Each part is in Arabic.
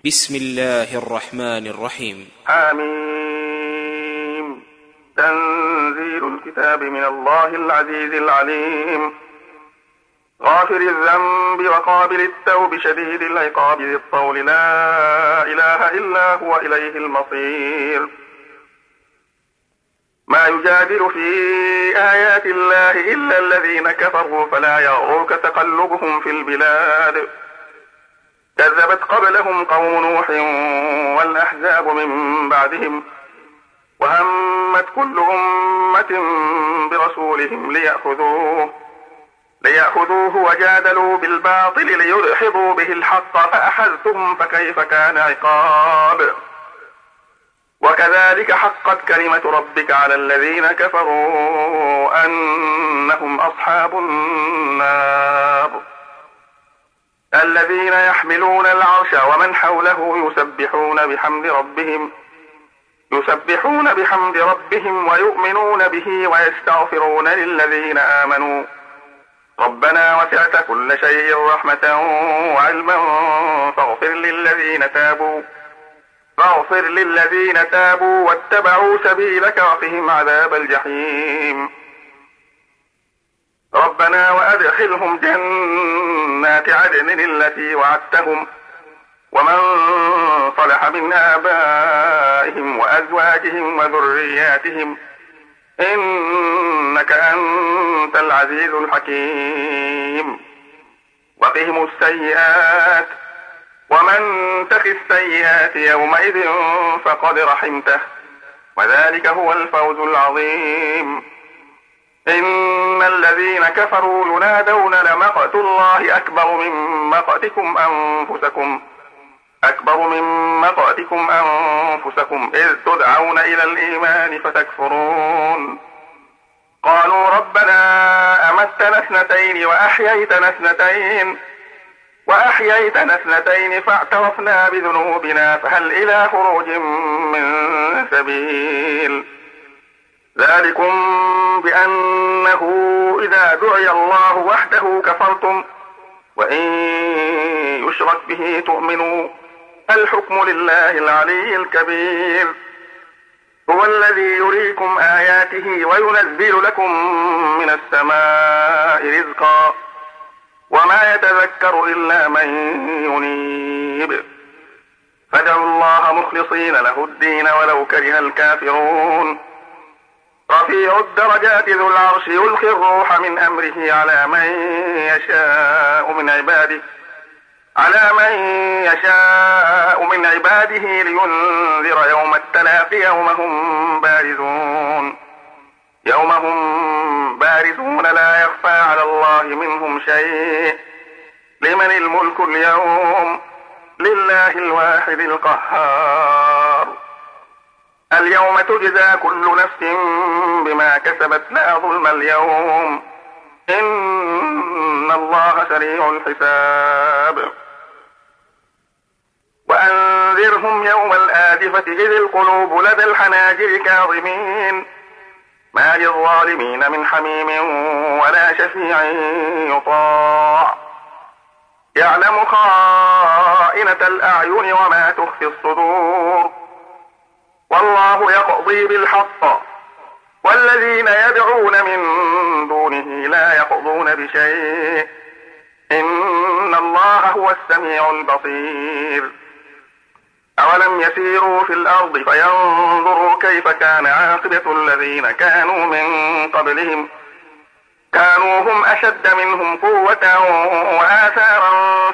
بسم الله الرحمن الرحيم. حميم. تنزيل الكتاب من الله العزيز العليم، غافر الذنب وقابل التوب شديد العقاب ذي الطول لا إله إلا هو إليه المصير. ما يجادل في آيات الله إلا الذين كفروا فلا يغرك تقلبهم في البلاد. كذبت قبلهم قوم نوح والأحزاب من بعدهم، وهمت كل أمة برسولهم ليأخذوه وجادلوا بالباطل ليدحضوا به الحق فأخذتهم فكيف كان عقاب. وكذلك حقت كلمة ربك على الذين كفروا أنهم أصحاب النار. الذين يحملون العرش ومن حوله يسبحون بحمد ربهم ويؤمنون به ويستغفرون للذين آمنوا ربنا وسعت كل شيء رحمة وعلما فاغفر للذين تابوا واتبعوا سبيلك وقهم عذاب الجحيم. ربنا وأدخلهم جنات عدن التي وعدتهم ومن صلح من آبائهم وأزواجهم وذرياتهم إنك أنت العزيز الحكيم. وقهم السيئات ومن تق السيئات يومئذ فقد رحمته وذلك هو الفوز العظيم. إن الذين كفروا ينادون لمقت الله أكبر من مقتكم أنفسكم إذ تدعون إلى الإيمان فتكفرون. قالوا ربنا أمتنا اثنتين وأحييتنا اثنتين فاعترفنا بذنوبنا فهل إلى خروج من سبيل. ذلكم بأنه إذا دعي الله وحده كفرتم وإن يشرك به تؤمنوا. الحكم لله العلي الكبير. هو الذي يريكم آياته وينزل لكم من السماء رزقا وما يتذكر إلا من ينيب. فادعوا الله مخلصين له الدين ولو كره الكافرون. رفيع الدرجات ذو العرش يلقي الروح من أمره على من يشاء من عباده لينذر يوم التلاق يوم هم بارزون لا يخفى على الله منهم شيء. لمن الملك اليوم؟ لله الواحد القهار. اليوم تجزى كل نفس بما كسبت لا ظلم اليوم إن الله سريع الحساب. وأنذرهم يوم الآزفة إذ القلوب لدى الحناجر كاظمين ما للظالمين من حميم ولا شفيع يطاع. يعلم خائنة الأعين وما تخفي الصدور والله يقضي بالحق والذين يدعون من دونه لا يقضون بشيء إن الله هو السميع البصير. أولم يسيروا في الأرض فينظروا كيف كان عاقبة الذين كانوا من قبلهم كانوا هم أشد منهم قوة وآثارا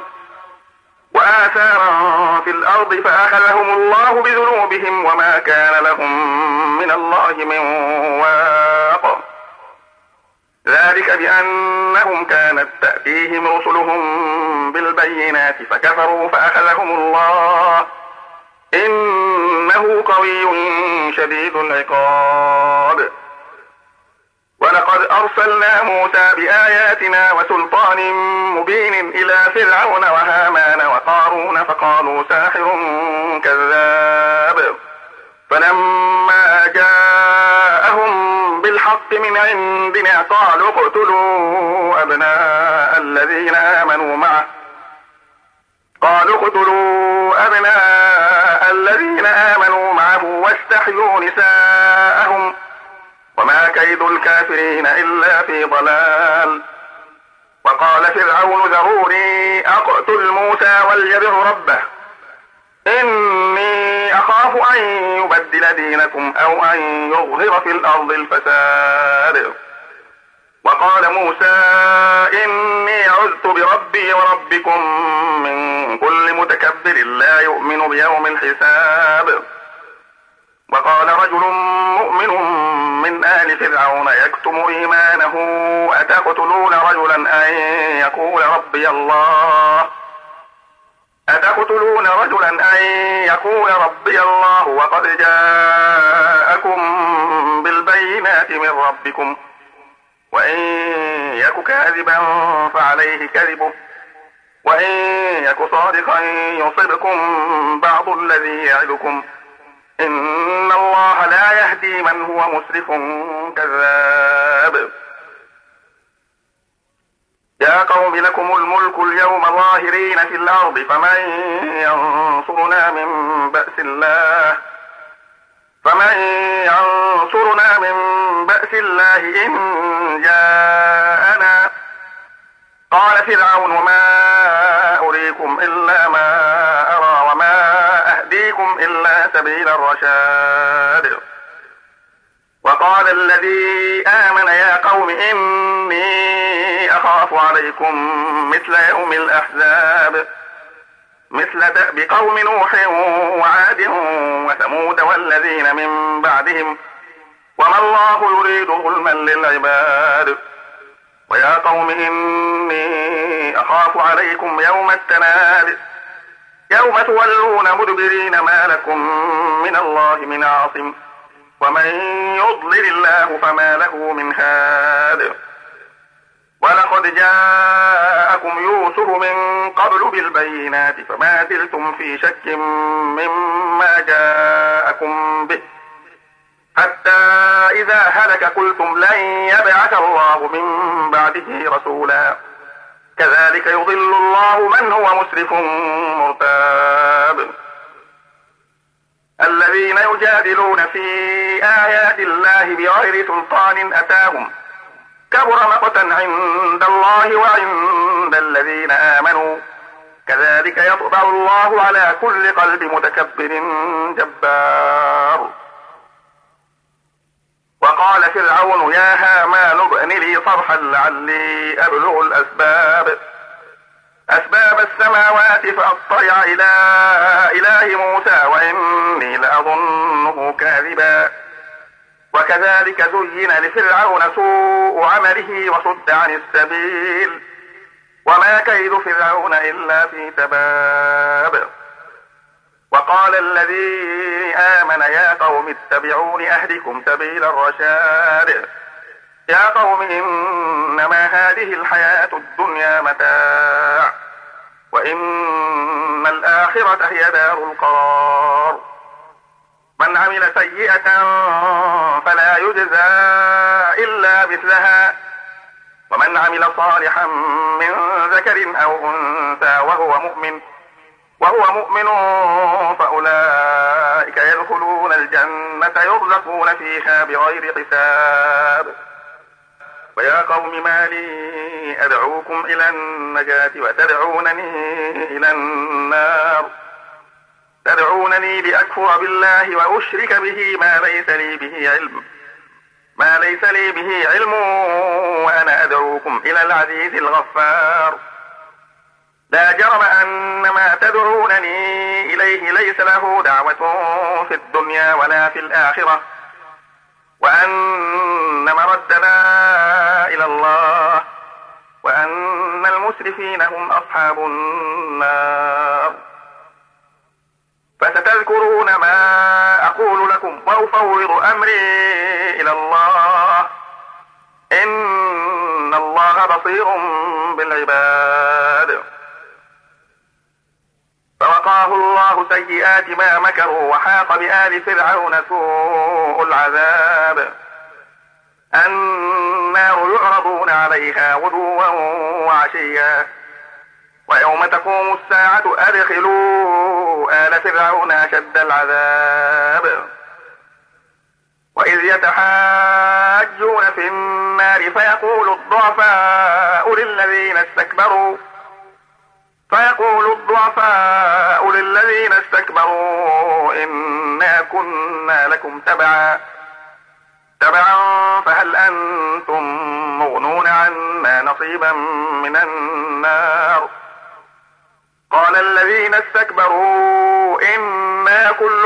في الأرض فأخذهم الله بذنوبهم وما كان لهم من الله من واق. ذلك بأنهم كانت تأتيهم رسلهم بالبينات فكفروا فأخذهم الله إنه قوي شديد العقاب. ولقد أرسلنا موسى بآياتنا وسلطان مبين إلى فرعون وهامان وقارون فقالوا ساحر كذاب. فلما جاءهم بالحق من عندنا قالوا اقتلوا أبناء ويستحيوا نساءهم وما كيد الكافرين إلا في ضلال. وقال فرعون ذروني أقتل موسى وليدع ربه إني أخاف أن يبدل دينكم أو أن يظهر في الأرض الفساد. وقال موسى إني عذت بربي وربكم من كل متكبر لا يؤمن بيوم الحساب. وقال رجل مؤمن من آل فرعون يكتم إيمانه أتقتلون رجلا أن يقول ربي الله وقد جاءكم بالبينات من ربكم وإن يك كاذبا فعليه كذبه وإن يك صادقا يصبكم بعض الذي يعدكم إن الله لا يهدي من هو مسرف كذاب. يا قوم لكم الملك اليوم ظاهرين في الأرض فمن ينصرنا من بأس الله إن جاءنا. قال فرعون ما أريكم إلا ما أرى وما أهديكم إلا سبيل الرشاد. وقال الذي آمن يا قوم إني أخاف عليكم مثل يوم الأحزاب مثل دأب قوم نوح وعاد وثمود والذين من بعدهم وما الله يريد ظلما للعباد. ويا قوم إني أخاف عليكم يوم التناد يوم تولون مدبرين ما لكم من الله من عاصم ومن يضلل الله فما له من هاد. ولقد جاءكم يوسف من قبل بالبينات فما زلتم في شك مما جاءكم به حتى إذا هلك قلتم لن يبعث الله من بعده رسولا كذلك يضل الله من هو مسرف مرتاب. الذين يجادلون في آيات الله بغير سلطان أتاهم كبر مقتا عند الله وعند الذين آمنوا كذلك يطبع الله على كل قلب متكبر جبار. وقال فرعون يا هامان ابن لي صرحا لعلي أبلغ أسباب السماوات فأطلع إلى إله موسى وإني لأظنه كاذبا. وكذلك زين لفرعون سوء عمله وصد عن السبيل وما كيد فرعون إلا في تباب. وقال الذي آمن يا قوم اتبعون أهدكم سبيل الرشاد. يا قوم إنما هذه الحياة الدنيا متاع وإن الآخرة هي دار القرار. من عمل سيئة فلا يجزى إلا مثلها ومن عمل صالحا من ذكر أو أنثى وهو مؤمن فأولئك يدخلون الجنة يرزقون فيها بغير حساب. ويا قوم ما لي أدعوكم إلى النجاة وتدعونني إلى النار تدعونني لأكفر بالله وأشرك به ما ليس لي به علم وأنا أدعوكم إلى العزيز الغفار. لا جرم أن ما تدعونني إليه ليس له دعوة في الدنيا ولا في الآخرة وأن مردنا إلى الله وأن المسرفين هم أصحاب النار. فستذكرون ما أقول لكم وأفوض أمري إلى الله إن الله بصير بالعباد. فوقاه الله سيئات ما مكروا وحاق بآل فرعون سوء العذاب. النار يعرضون عليها غدوا وعشيا ويوم تقوم الساعة أدخلوا آل فرعون أشد العذاب وإذ يتحاجون في النار فيقول الضعفاء للذين استكبروا إنا كنا لكم تبعا فهل أنتم مغنون عنا نصيبا من النار قال الذين استكبروا إنا كل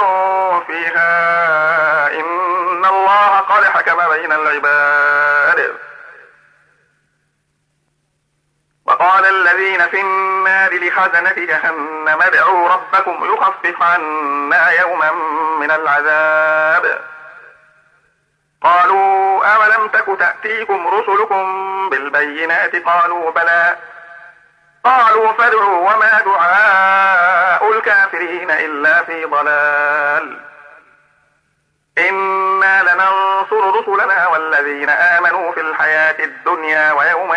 فيها إن الله قد حكم بين العباد وقال الذين في النار لخزنة جهنم ادعوا ربكم يخفف عنا يوما من العذاب قالوا أولم تك تأتيكم رسلكم بالبينات قالوا بلى قالوا فادعوا وما دعاء الكافرين إلا في ضلال إنا لننصر رسلنا والذين آمنوا في الحياة الدنيا ويوم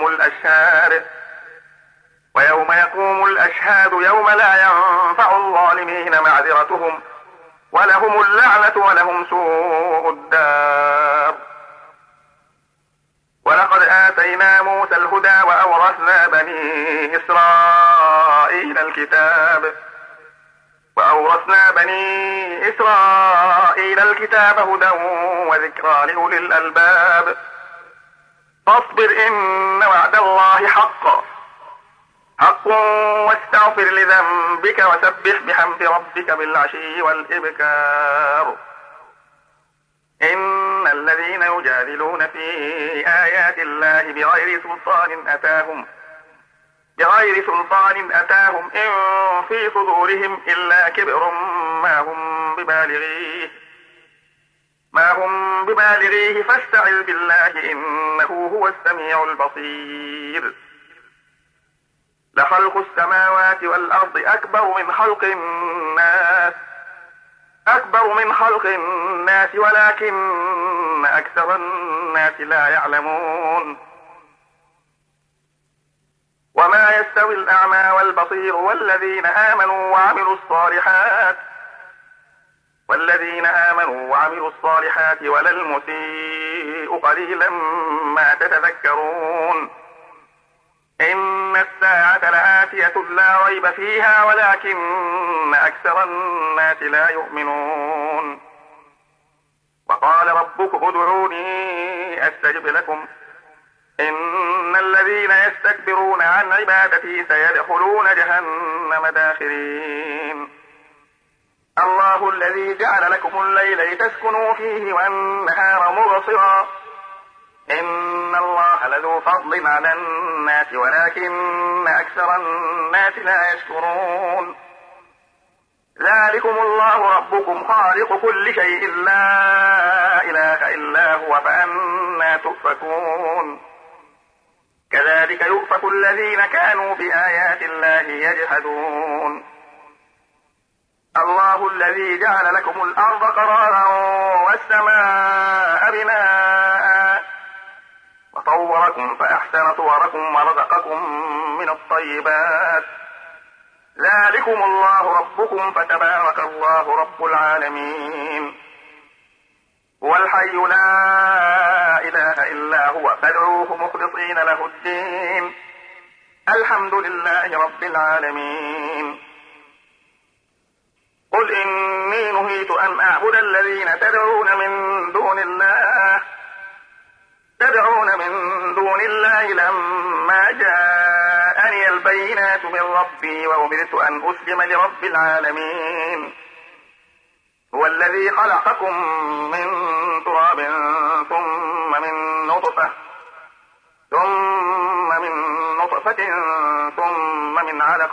يقوم الأشهاد يوم لا ينفع الظالمين معذرتهم ولهم اللعنة ولهم سوء الدار ولقد آتينا موسى الهدى وأورثنا بني إسرائيل الكتاب هدى وذكرى لأولي الألباب فاصبر إن وعد الله حق واستغفر لذنبك وسبح بحمد ربك بالعشي والإبكار إن الذين يجادلون في آيات الله بغير سلطان أتاهم إن في صدورهم إلا كبر ما هم ببالغيه فاستعذ بالله إنه هو السميع البصير لخلق السماوات والأرض أكبر من خلق الناس ولكن أكثر الناس لا يعلمون وما يستوي الأعمى والبصير والذين آمنوا وعملوا الصالحات ولا المسيء قليلا ما تتذكرون إن الساعة لآتية لا ريب فيها ولكن أكثر الناس لا يؤمنون وقال ربكم ادعوني أستجب لكم إن الذين يستكبرون عن عبادتي سيدخلون جهنم داخرين الله الذي جعل لكم الليل لتسكنوا فيه والنهار مبصرا إن الله لذو فضل على الناس ولكن أكثر الناس لا يشكرون ذلكم الله ربكم خالق كل شيء لا إله إلا هو فأنى تؤفكون كذلك يؤفك الذين كانوا بآيات الله يجحدون الله الذي جعل لكم الأرض قرارا والسماء بناء وطوركم فأحسن صوركم ورزقكم من الطيبات ذلكم الله ربكم فتبارك الله رب العالمين هو الحي لا إله إلا هو فادعوه مخلصين له الدين الحمد لله رب العالمين قل إني نهيت أن أعبد الذين تدعون من دون الله لما جاءني البينات من ربي وأمرت أن أسلم لرب العالمين هو الذي خلقكم من تراب ثم من نطفة ثم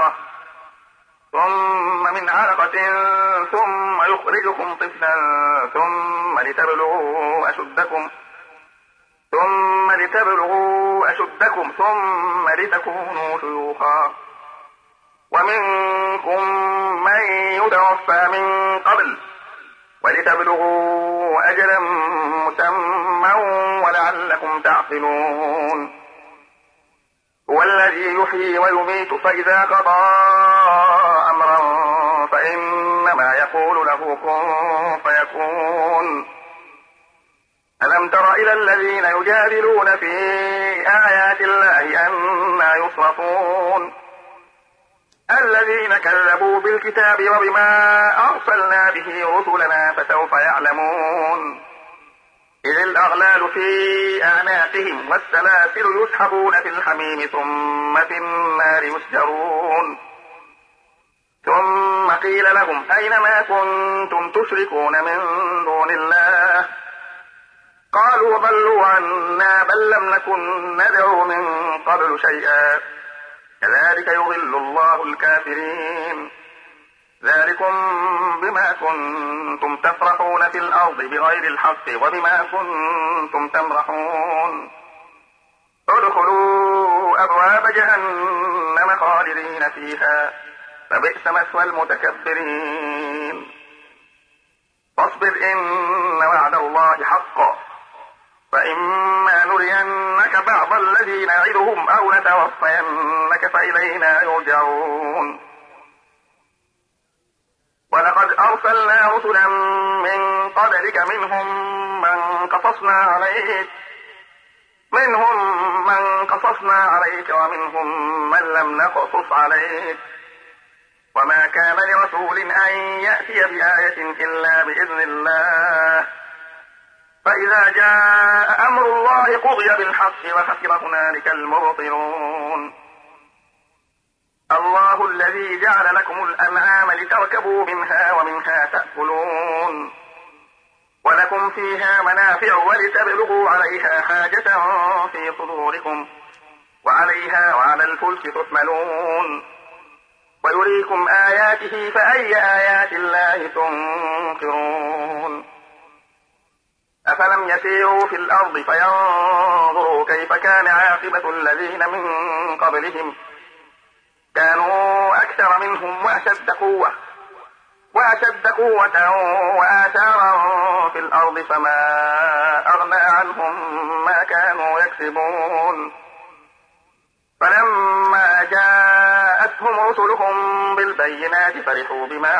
من علقة ثم يخرجكم طفلا ثم لتبلغوا أشدكم ثم لتكونوا شيوخا ومنكم من يتوفى من قبل ولتبلغوا أجلا مسمى ولعلكم تعقلون هو الذي يحيي ويميت فإذا قضى أمرا فإنما يقول له كن فيكون ألم تر إلى الذين يجادلون في آيات الله أنى يصرفون الذين كذبوا بالكتاب وبما أرسلنا به رسلنا فسوف يعلمون إذ الأغلال في أعناقهم والسلاسل يسحبون في الحميم ثم في النار يسجرون ثم قيل لهم أين ما كنتم تشركون من دون الله قالوا ضلوا عنا بل لم نكن ندعو من قبل شيئا كذلك يضل الله الكافرين ذلكم بما كنتم تفرحون في الأرض بغير الحق وبما كنتم تمرحون ادخلوا أبواب جهنم خالدين فيها فبئس مثوى المتكبرين فاصبر إن وعد الله حق فإما نرينك بعض الذي نعدهم أو نتوفينك فإلينا يرجعون ولقد أرسلنا رسلا من قبلك منهم من قصصنا عليك ومنهم من لم نقصص عليك وما كان لرسول أن يأتي بآية إلا بإذن الله فإذا جاء أمر الله قضي بالحق وخسر هنالك المبطلون الله الذي جعل لكم الأنعام لتركبوا منها ومنها تأكلون ولكم فيها منافع ولتبلغوا عليها حاجة في صدوركم وعليها وعلى الفلك تحملون ويريكم آياته فأي آيات الله تنكرون أفلم يسيروا في الأرض فينظروا كيف كان عاقبة الذين من قبلهم كانوا أكثر منهم وأشد قوة وآثارا في الأرض فما أغنى عنهم ما كانوا يكسبون فلما جاءتهم رسلهم بالبينات فرحوا بما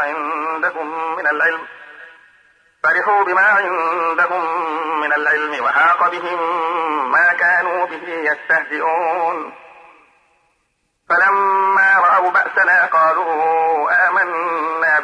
عندهم من العلم وحاق بهم ما كانوا به يستهزئون فلما رأوا بأسنا قالوا آمنا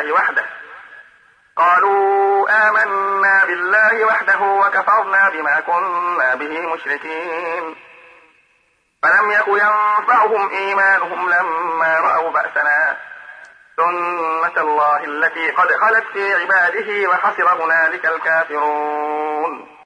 بالله وحده وكفرنا بما كنا به مشركين فلم يك ينفعهم إيمانهم لما رأوا بأسنا سنة الله التي قد خلت في عباده وخسر هنالك الكافرون